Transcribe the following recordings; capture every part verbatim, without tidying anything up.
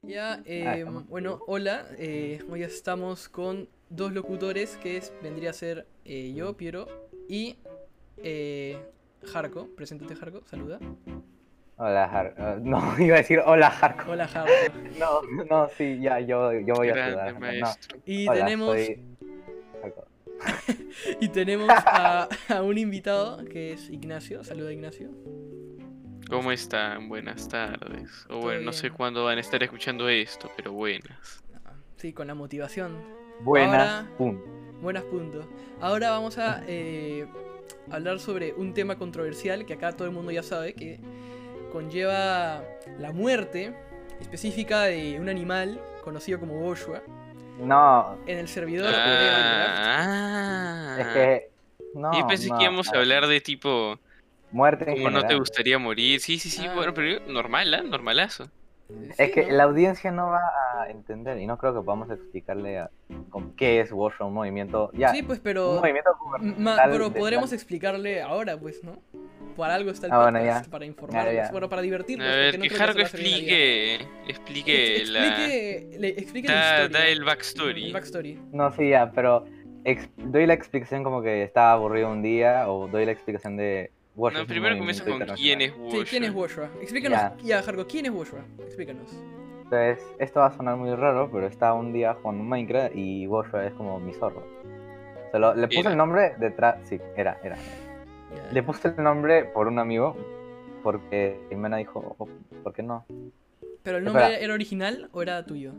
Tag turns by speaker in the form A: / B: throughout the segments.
A: Ya,
B: Ah,
A: eh,
B: estamos.
A: bueno, hola. Eh, hoy estamos con dos locutores que es, vendría a ser eh, yo, Piero, y eh, Jarko. Preséntate, Jarko, saluda.
B: Hola, Har. ah, No, iba a decir hola, Harco.
A: Hola, Jarko.
B: No, no, sí, ya, yo, yo voy a saludar
C: Grande
B: a Harco. No,
C: maestro.
A: Y
B: hola,
A: tenemos,
B: soy Harco.
A: y tenemos a, a un invitado que es Ignacio. Saluda, Ignacio. ¿Cómo
C: ¿Cómo
A: estás?
C: están? Buenas tardes. O
A: ¿Todo
C: bueno, no sé
A: bien?
C: cuándo van a estar escuchando esto, pero buenas.
A: Ah, sí, con la motivación.
B: Buenas,
A: Ahora,
B: pum.
A: buenas puntos. Ahora vamos a eh, hablar sobre un tema controversial que acá todo el mundo ya sabe, que conlleva la muerte específica de un animal conocido como Boshua
B: No,
A: en el servidor de Minecraft.
B: es
C: Ah,
B: que,
C: yo
B: no,
C: pensé que
B: no,
C: íbamos
B: a
C: a
B: ver,
C: hablar de tipo,
B: muerte en
C: ¿cómo no te
B: general.
C: gustaría morir? Sí, sí, sí,
A: Ah,
C: bueno, pero normal, ¿ah? Normalazo.
B: Es
A: sí,
B: que
A: ¿no?
B: la audiencia no va a entender y no creo que podamos explicarle a- con qué es Washoe un movimiento,
A: Sí,
B: ya,
A: pues,
B: un
A: pero,
B: movimiento
A: ma-
B: gubernamental
A: pero
B: de
A: podremos
B: tal.
A: explicarle ahora, pues, ¿no? Para algo está el
B: Ah, bueno,
A: podcast,
B: ya,
A: para
B: ya,
A: informarlos,
B: ya.
A: bueno, para
C: A
A: divertirlos, porque
C: ver,
A: no
C: que
A: creo que eso
C: Jargo
A: le va a servir en la vida.
C: explique,
A: Ex-
C: explique la,
A: explique, le- explique la
C: da, da
A: historia,
C: el
A: el
C: backstory.
A: backstory.
B: No, sí, ya, pero ex- doy la explicación como que estaba aburrido un día o doy la explicación de Wash
C: No,
B: es un
C: primero comienza
B: movimiento
C: con quién
B: internacional.
C: es
A: Sí, ¿quién es
C: Woshua.
A: Woshua? Explícanos,
B: Ya,
A: ya, Jargo, ¿quién es Woshua? Explícanos.
B: entonces esto va a sonar muy raro, pero estaba un día jugando Minecraft y Wash es como mi zorro. Se lo- le puse el
C: Era.
B: nombre detrás, sí, era, era, era.
A: Ya,
B: Le
A: ya.
B: puse el nombre por un amigo porque Jimena dijo, "Oh, ¿por qué no?
A: ¿Pero el
B: Espera,
A: nombre era original o era tuyo?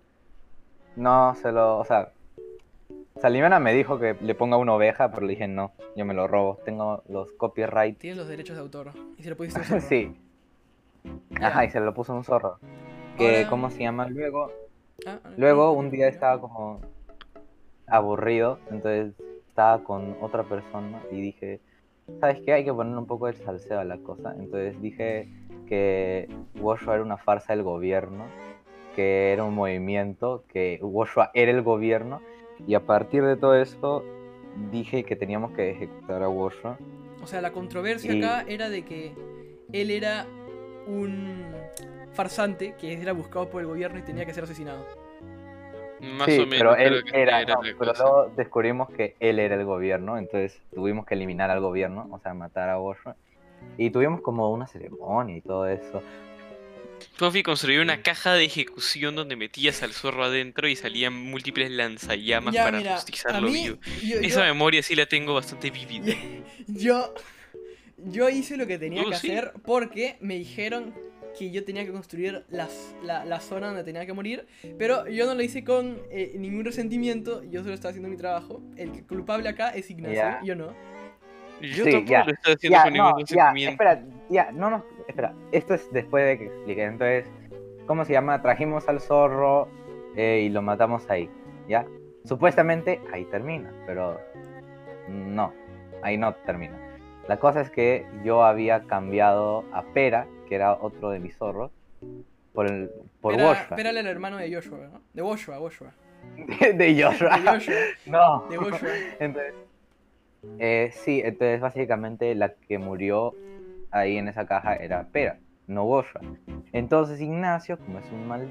B: no se lo, o sea, Salimena me dijo que le ponga una oveja, pero le dije no, yo me lo robo, tengo los copyrights.
A: Tienes los derechos de autor. Y se lo pusiste a un zorro.
B: Sí, ajá,
A: Ya.
B: y se lo puso un zorro. Que,
A: Ahora.
B: ¿cómo se llama? Luego,
A: Ah, ah, no,
B: luego
A: no,
B: un
A: no,
B: día
A: ya.
B: estaba como aburrido, entonces estaba con otra persona y dije, ¿sabes qué? Hay que poner un poco de salseo a la cosa. Entonces dije que Woshua era una farsa del gobierno, que era un movimiento, que Woshua era el gobierno, y a partir de todo eso dije que teníamos que ejecutar a Woshua.
A: O sea, la controversia
B: Y
A: acá era de que él era un farsante que era buscado por el gobierno y tenía que ser asesinado.
C: Más o
B: sí, pero
C: menos
B: él
C: creo que sí
B: era,
C: era
B: no,
C: la
B: pero
C: cosa.
B: luego descubrimos que él era el gobierno, entonces tuvimos que eliminar al gobierno, o sea, matar a Woshua. Y tuvimos como una ceremonia y todo eso.
C: Puffy construyó una caja de ejecución donde metías al zorro adentro y salían múltiples lanzallamas
A: Ya,
C: para
A: mira, a
C: rostizarlo vivo.
A: mí, yo,
C: Esa
A: yo,
C: memoria sí la tengo bastante vívida.
A: yo, yo hice lo que tenía
C: Uh,
A: que
C: sí.
A: hacer porque me dijeron que yo tenía que construir las, la, la zona donde tenía que morir, pero yo no lo hice con eh, ningún resentimiento, yo solo estaba haciendo mi trabajo. El culpable acá es Ignacio,
B: Ya,
A: yo no.
C: Yo
B: sí,
C: tampoco
B: ya,
C: lo estoy haciendo
B: ya,
C: con ningún
B: no, ya,
C: resentimiento.
B: espera, ya, no, no, espera, esto es después de que expliqué, entonces, ¿cómo se llama? Trajimos al zorro eh, y lo matamos ahí, ¿ya? Supuestamente ahí termina, pero no, ahí no termina. La cosa es que yo había cambiado a Pera, que era otro de mis zorros, por, el, por
A: Espera,
B: Woshua,
A: espérale al hermano de Joshua, ¿no? De Joshua, Joshua.
B: de, de
A: De
B: Joshua,
A: Joshua,
B: no,
A: de Joshua.
B: entonces, eh, sí, entonces básicamente la que murió ahí en esa caja era Pera, no Woshua. Entonces Ignacio, como es un mal,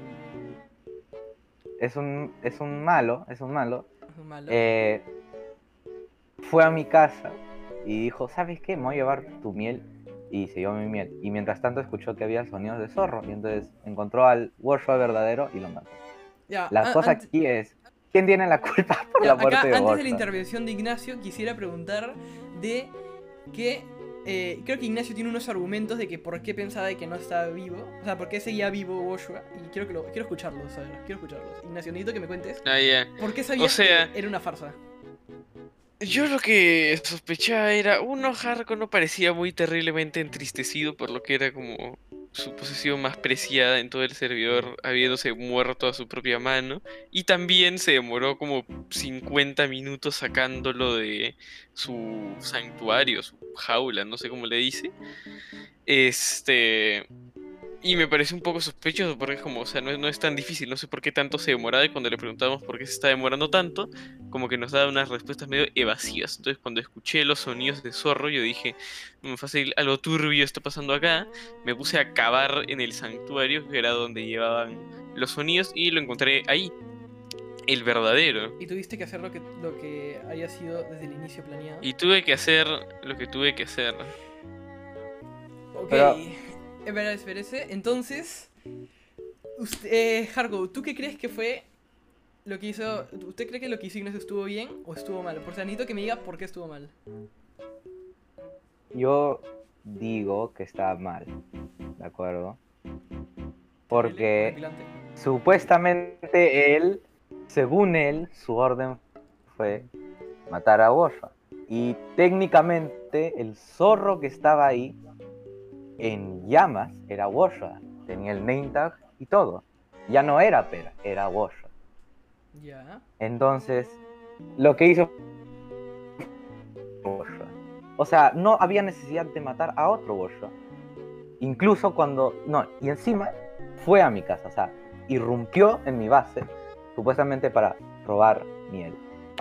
B: es un, es un malo, es un malo,
A: Es un malo.
B: eh, fue a mi casa y dijo, ¿sabes qué? Me voy a llevar tu miel. Y se llevó mi miel. Y mientras tanto escuchó que había sonidos de zorro. Y entonces encontró al Woshua verdadero y lo mató.
A: Ya,
B: La
A: a-
B: cosa
A: ant-
B: aquí es, ¿quién tiene la culpa por
A: ya,
B: la
A: acá,
B: muerte de
A: antes de la
B: Woshua?
A: intervención de Ignacio, quisiera preguntar de que eh, creo que Ignacio tiene unos argumentos de que por qué pensaba de que no estaba vivo, o sea, por qué seguía vivo Joshua, y quiero que lo, quiero escucharlos, a ver, quiero escucharlos. Ignacio, necesito que me cuentes
C: Ah, ya.
A: por qué
C: O
A: sabías
C: sea,
A: que era una farsa.
C: yo lo que sospechaba era, uno, Harko no parecía muy terriblemente entristecido por lo que era como su posesión más preciada en todo el servidor, habiéndose muerto a su propia mano, y también se demoró como cincuenta minutos sacándolo de su santuario, su jaula, no sé cómo le dice. Este, y me parece un poco sospechoso porque es como, o sea, no, es- no es tan difícil, no sé por qué tanto se demoraba y cuando le preguntamos por qué se está demorando tanto, como que nos daba unas respuestas medio evasivas. Entonces cuando escuché los sonidos de zorro, yo dije, "Mm, fácil, algo turbio está pasando acá". Me puse a cavar en el santuario, que era donde llevaban los sonidos y lo encontré ahí. El verdadero.
A: Y tuviste que hacer lo que, lo que haya sido desde el inicio planeado.
C: Y tuve que hacer lo que tuve que hacer.
A: Ok,
B: Pero-
A: espera, espérese. Entonces, usted, eh, Hargo, ¿tú qué crees que fue lo que hizo? ¿Usted cree que lo que hizo Ignacio estuvo bien o estuvo mal? Por si necesito que me diga por qué estuvo mal.
B: Yo digo que está mal, ¿de acuerdo? Porque
A: Horripilante.
B: supuestamente él, según él, su orden fue matar a Woshua. Y técnicamente el zorro que estaba ahí en llamas era Woshua. Tenía el name tag y todo. Ya no era Pera, era Woshua.
A: Ya.
B: Entonces, lo que hizo Woshua. O sea, no había necesidad de matar a otro Woshua. Incluso cuando... No, y encima fue a mi casa, o sea, irrumpió en mi base, supuestamente para robar miel.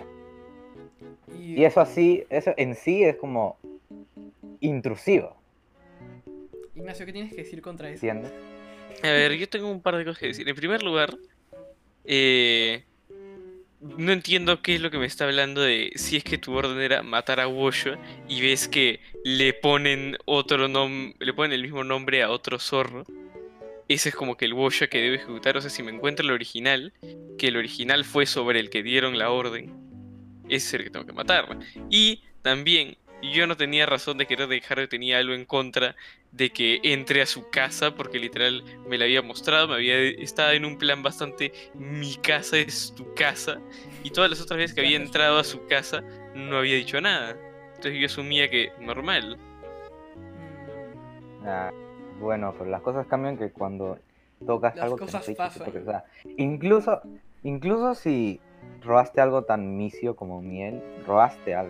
A: Y,
B: Y eso así, eso en sí es como intrusivo,
A: Ignacio, ¿qué tienes que decir contra eso?
B: ¿entiendes?
C: A ver, yo tengo un par de cosas que decir. En primer lugar, eh, no entiendo qué es lo que me está hablando de si es que tu orden era matar a Woshua y ves que le ponen otro nombre, le ponen el mismo nombre a otro zorro. Ese es como que el Woshua que debe ejecutar. O sea, si me encuentro el original, que el original fue sobre el que dieron la orden, ese es el que tengo que matar. Y también, yo no tenía razón de querer dejar que tenía algo en contra de que entre a su casa, porque literal me la había mostrado, me había estado en un plan bastante mi casa es tu casa, y todas las otras veces que había entrado a su casa no había dicho nada. Entonces yo asumía que normal.
A: Mm,
B: Ah, bueno, pero las cosas cambian que cuando tocas
A: Las
B: algo que
A: cosas
B: no te dices,
A: pasan.
B: porque, o sea, incluso, incluso si robaste algo tan misio como miel, robaste algo.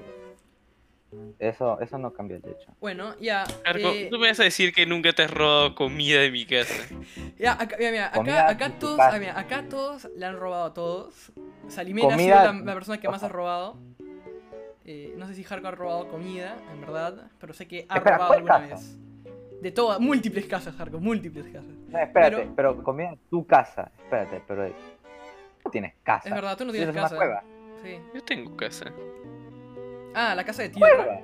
B: Eso, eso no cambia el hecho.
A: Bueno, ya.
C: Arco,
A: eh,
C: tú me vas a decir que nunca te has robado comida de mi casa.
A: Ya, acá, mira, mira,
B: Comida
A: acá, acá
B: de tu
A: todos,
B: casa.
A: ah, mira, acá todos le han robado a todos. Salimena ha sido
B: Comida-
A: la, la persona que más ha robado. Eh, no sé si Harko ha robado comida, en verdad, pero sé que ha
B: Espera,
A: robado
B: ¿cuál
A: alguna
B: casa?
A: vez. De todas, múltiples casas, Harko, múltiples casas.
B: No, espérate,
A: Pero-
B: pero, comida en tu casa, espérate, pero tú tienes casa.
A: Es verdad, tú no tienes
B: una
A: casa.
B: cueva.
A: Sí.
C: Yo tengo casa.
A: Ah, la casa de tierra.
B: Cueva.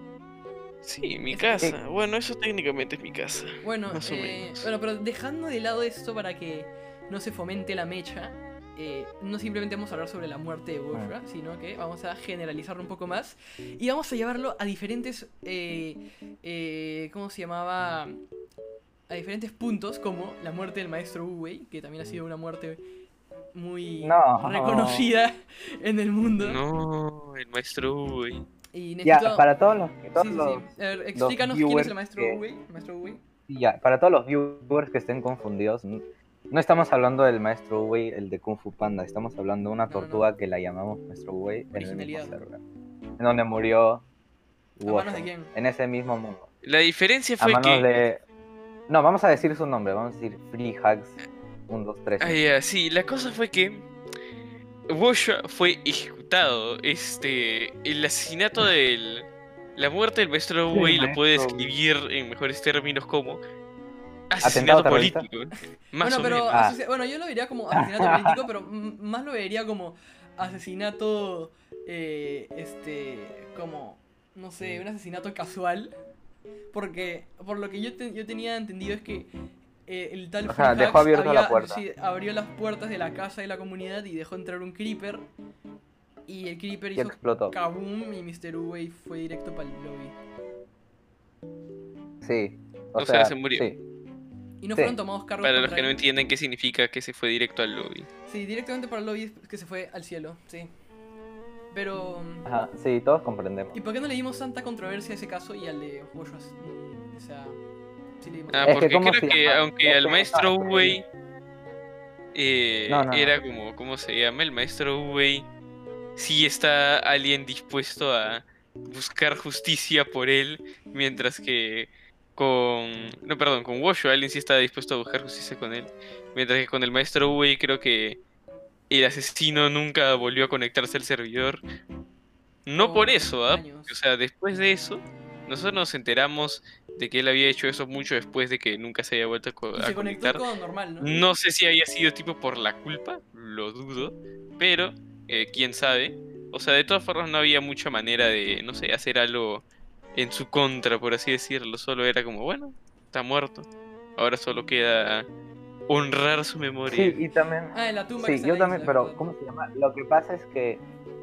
C: Sí, mi
A: Es-
C: casa. Bueno, eso técnicamente es mi casa.
A: Bueno,
C: Más o
A: eh,
C: menos.
A: bueno, pero dejando de lado esto para que no se fomente la mecha, eh, no simplemente vamos a hablar sobre la muerte de Woshua, sino que vamos a generalizarlo un poco más y vamos a llevarlo a diferentes, eh, eh, ¿cómo se llamaba? A diferentes puntos, como la muerte del maestro Uwei, que también ha sido una muerte muy
B: No.
A: reconocida en el mundo.
C: No, el maestro Uy.
A: Y
B: Ya,
A: necesito...
B: para todos los, todos
A: Sí, sí,
B: los-
A: sí. A ver, explícanos quién es
B: viewers
A: el maestro
B: que-
A: Uwei. El maestro Uwei.
B: ya, para todos los viewers que estén confundidos, n- no estamos hablando del maestro Uwei, el de Kung Fu Panda, estamos hablando de una
A: No,
B: tortuga que la llamamos maestro Uwei en el mismo
A: Originalidad.
B: server, en donde murió
A: ¿A manos de
B: Woshua,
A: quién?
B: en ese mismo mundo.
C: La diferencia
B: A
C: fue
B: manos
C: que...
B: de... No, vamos a decir su nombre, vamos a decir Free Hugs uno, dos, tres.
C: Ah, ya, sí, la cosa fue que Woshua fue ejecutado. Este, el asesinato del... La muerte del maestro
B: Sí,
C: Uwei lo puede
B: maestro Uwei.
C: describir en mejores términos como
B: ¿Atentado
C: asesinato
B: terrorista?
C: político. Más
A: Bueno,
C: o
A: pero
C: menos.
B: Ah.
A: asocia- bueno, yo lo vería como asesinato político, pero m- más lo vería como asesinato, eh, este, como, no sé, un asesinato casual. Porque, por lo que yo, te- yo tenía entendido es que eh, el tal
B: O sea,
A: Free
B: dejó
A: Hacks
B: abierta la
A: había-
B: puerta.
A: sí, abrió las puertas de la casa de la comunidad y dejó entrar un creeper. Y el creeper
B: Y
A: hizo
B: explotó.
A: kaboom y mister Uwei fue directo para el lobby.
B: Sí. O,
C: O sea,
B: sea,
C: se murió.
B: Sí.
A: Y no
B: Sí.
A: fueron tomados cargos
C: Para los
A: contra
C: que no
A: él.
C: entienden qué significa que se fue directo al lobby.
A: Sí, directamente para el lobby que se fue al cielo, sí. Pero...
B: Ajá, sí, todos comprendemos.
A: ¿Y por qué no le dimos tanta controversia a ese caso y al de Woshua? Mm, O sea, sí le dimos...
C: Ah,
B: Es que
C: porque
B: ¿cómo
C: creo
B: se
C: que
B: llama?
C: aunque
B: Es
C: al
B: que-
C: maestro
B: ah, es que-
C: Uwei eh,
B: No, no, no.
C: era como, ¿cómo se llama? El maestro Uwei sí está alguien dispuesto a buscar justicia por él, mientras que con... No, perdón, con Woshua alguien sí está dispuesto a buscar justicia con él, mientras que con el maestro Uwei creo que el asesino nunca volvió a conectarse al servidor. No
A: Por
C: por eso, ¿ah?
A: años.
C: O sea, después de eso, nosotros nos enteramos de que él había hecho eso mucho después de que nunca se haya vuelto a, co-
A: Y
C: a
A: se conectó
C: conectar.
A: con normal, ¿no?
C: No sé si haya sido tipo por la culpa, lo dudo, pero eh, quién sabe. O sea, de todas formas no había mucha manera de, no sé, hacer algo en su contra, por así decirlo. Solo era como, bueno, está muerto. Ahora solo queda honrar su
B: Sí,
C: memoria.
B: y también.
A: Ah, en la tumba que
B: Sí,
A: está en
B: yo
A: la
B: también,
A: isla, es
B: pero
A: verdad.
B: ¿cómo se llama? Lo que pasa es que,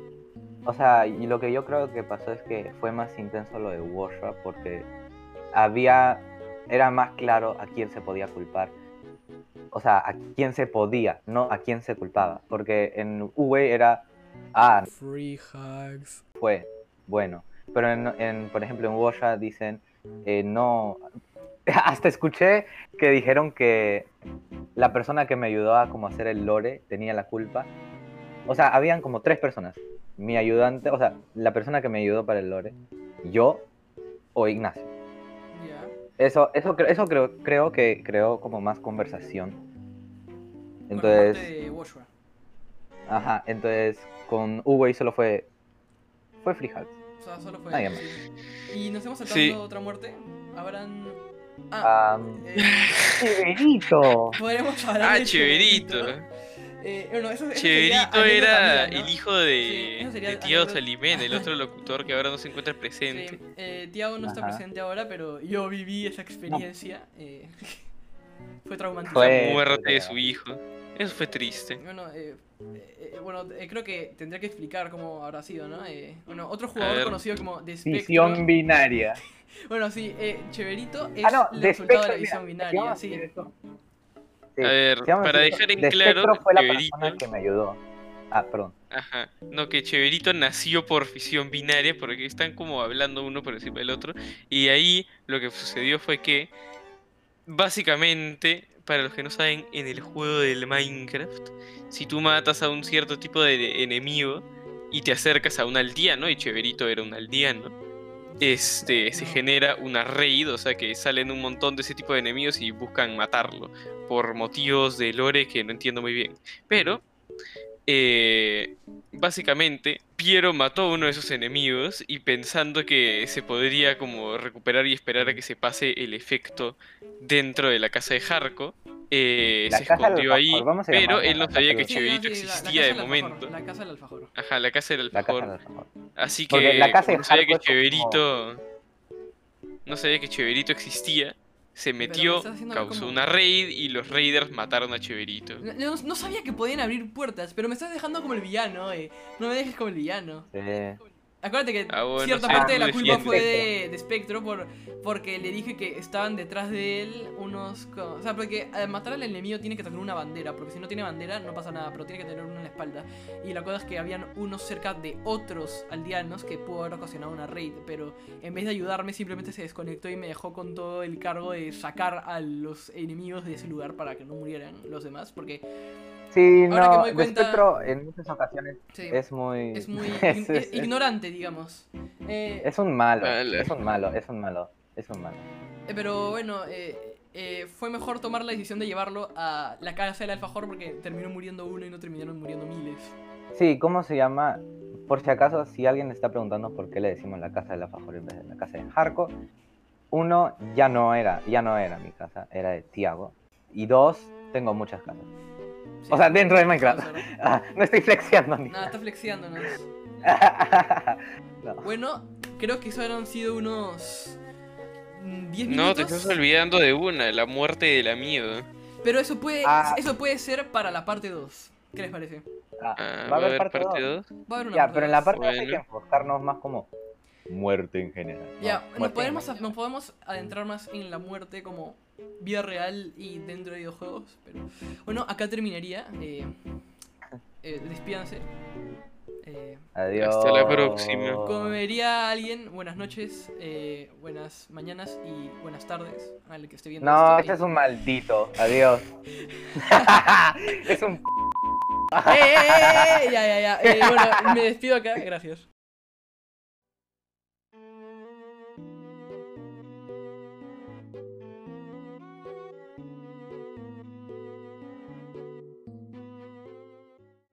B: o sea, y lo que yo creo que pasó es que fue más intenso lo de Woshua porque había, era más claro a quién se podía culpar. O sea, a quién se podía, no a quién se culpaba. Porque en Uwe era, ah,
A: Free hugs.
B: fue bueno. Pero en, en, por ejemplo, en Woshua dicen, eh, no. Hasta escuché que dijeron que la persona que me ayudó a como hacer el lore tenía la culpa. O sea, habían como tres personas. Mi ayudante, o sea, la persona que me ayudó para el lore, yo o Ignacio.
A: Ya.
B: Eso, eso, cre- eso creo, creo que creó como más conversación.
A: Con la muerte
B: Entonces,
A: de Woshua.
B: ajá, entonces con Uwe solo fue, fue Free Hugs.
A: O sea, solo fue
B: Nadie
A: él,
B: más.
A: sí. Y nos hemos saltado
C: Sí.
A: otra muerte. Habrán. Ah,
B: Am,
A: eh,
B: ¡Cheverito!
A: podremos hablar
C: Ah,
A: de
C: Cheverito.
A: Eh, bueno, eso, eso sería
C: Cheverito
A: anécdota
C: era
A: mía, ¿no?
C: el hijo
A: Sí,
C: de,
A: eso sería
C: de Tiago
A: anécdota-
C: Salimén, el otro locutor que ahora no se encuentra
A: Sí,
C: presente.
A: eh, Tiago no está
B: Ajá.
A: presente ahora, pero yo viví esa experiencia. eh, fue traumático.
C: La
B: Fue-
C: muerte de
B: fue-
C: su hijo. Eso fue triste.
A: Bueno, eh, eh, eh, bueno eh, creo que tendría que explicar cómo habrá sido, ¿no? Eh, bueno, otro
C: A
A: jugador
C: ver.
A: conocido como The Spectro.
B: Visión binaria.
A: Bueno, sí, eh, Cheverito es
B: Ah, no,
A: el
B: de
A: resultado de la
B: Spectro,
A: visión
B: mira,
A: binaria,
B: vamos a
A: sí.
B: decir eso. Sí,
C: A ver,
B: sí, vamos a
C: para
B: decir eso.
C: dejar en
B: De
C: claro,
B: Spectro fue la
C: Cheverito-
B: persona que me ayudó. Ah, perdón.
C: Ajá. No, que Cheverito nació por fisión binaria, porque están como hablando uno por encima del otro. Y ahí lo que sucedió fue que, básicamente, para los que no saben, en el juego del Minecraft, si tú matas a un cierto tipo de enemigo y te acercas a un aldeano, y Cheverito era un aldeano, este, se
A: No.
C: genera una raid, o sea que salen un montón de ese tipo de enemigos y buscan matarlo, por motivos de lore que no entiendo muy bien. Pero, eh, básicamente, Piero mató a uno de esos enemigos y pensando que se podría como recuperar y esperar a que se pase el efecto dentro de la casa de Jarko, eh,
B: La
C: se
B: casa del
C: escondió ahí,
B: alfajor, vamos a
C: pero
B: llamarla
C: él no
B: la casa
C: sabía
B: del
C: que
A: Sí,
B: alfajor.
A: no,
C: Cheverito
A: sí, la, la
C: existía
A: casa
C: de
A: del alfajor,
C: momento.
A: la casa del alfajor.
C: Ajá, la casa del
B: La casa del
C: alfajor.
B: alfajor.
C: Así
B: Porque
C: que,
B: la casa
C: como
B: de
C: no sabía que
B: Jarko es como-
C: Cheverito, no sabía que Cheverito existía, se
A: me
C: metió,
A: estás haciendo ver
C: causó
A: como-
C: una raid y los raiders mataron a Cheverito.
A: No, no- no sabía que podían abrir puertas, pero me estás dejando como el villano, eh. No me dejes como el villano.
B: Sí.
A: Acuérdate que
C: Ah, bueno,
A: cierta
C: sí,
A: parte de
C: tú
A: la culpa
C: defiendes.
A: fue de, de Spectro por, porque le dije que estaban detrás de él unos... co- O sea, porque al matar al enemigo tiene que tener una bandera, porque si no tiene bandera no pasa nada, pero tiene que tener uno en la espalda. Y la cosa es que habían unos cerca de otros aldeanos que pudo haber ocasionado una raid, pero en vez de ayudarme simplemente se desconectó y me dejó con todo el cargo de sacar a los enemigos de ese lugar para que no murieran los demás, porque
B: Sí,
A: Ahora que me
B: no,
A: doy
B: de
A: cuenta-
B: Spectro en muchas ocasiones
A: sí,
B: es muy...
A: es muy
B: es,
A: ign-
B: es- es-
A: ignorante, digamos. Eh,
B: es un malo,
C: Ala.
B: es un malo, es un malo, es un malo.
A: Eh, Pero bueno, eh, eh, fue mejor tomar la decisión de llevarlo a la casa del alfajor porque terminó muriendo uno y no terminaron muriendo miles.
B: Sí, ¿cómo se llama? Por si acaso, si alguien está preguntando por qué le decimos la casa del alfajor en vez de la casa de Jarko, uno, ya no era, ya no era mi casa, era de Tiago. Y dos, tengo muchas casas.
A: Sí.
B: O sea, dentro de Minecraft.
A: Vamos a ver.
B: Ah, no estoy flexiando ni
A: Nada, está flexiándonos.
B: No.
A: Bueno, creo que eso han sido unos mm, diez
C: No, te
A: minutos.
C: estás olvidando de una, la muerte del amigo.
A: Pero eso puede,
B: Ah.
A: eso puede ser para la parte dos. ¿Qué les parece?
B: Ah,
C: Ah,
B: va a haber parte dos.
C: dos.
A: Va a haber una
B: Ya,
A: parte
B: pero en la
A: dos.
B: parte dos hay que
C: Bueno.
B: enfocarnos más como muerte en general. ¿no?
A: Ya, nos
B: Muerte en
A: podemos,
B: Minecraft.
A: nos podemos adentrar más en la muerte como vida real y dentro de videojuegos. Pero bueno, acá terminaría. Eh, eh, despídanse. Eh,
B: Adiós.
C: Hasta la próxima.
A: como me diría alguien, buenas noches, eh, buenas mañanas y buenas tardes al que esté viendo
B: No,
A: esto.
B: este es un maldito. Adiós. Es un...
A: ¡Eh, eh, eh, eh! Ya, ya, ya. Eh, bueno, me despido acá. Gracias.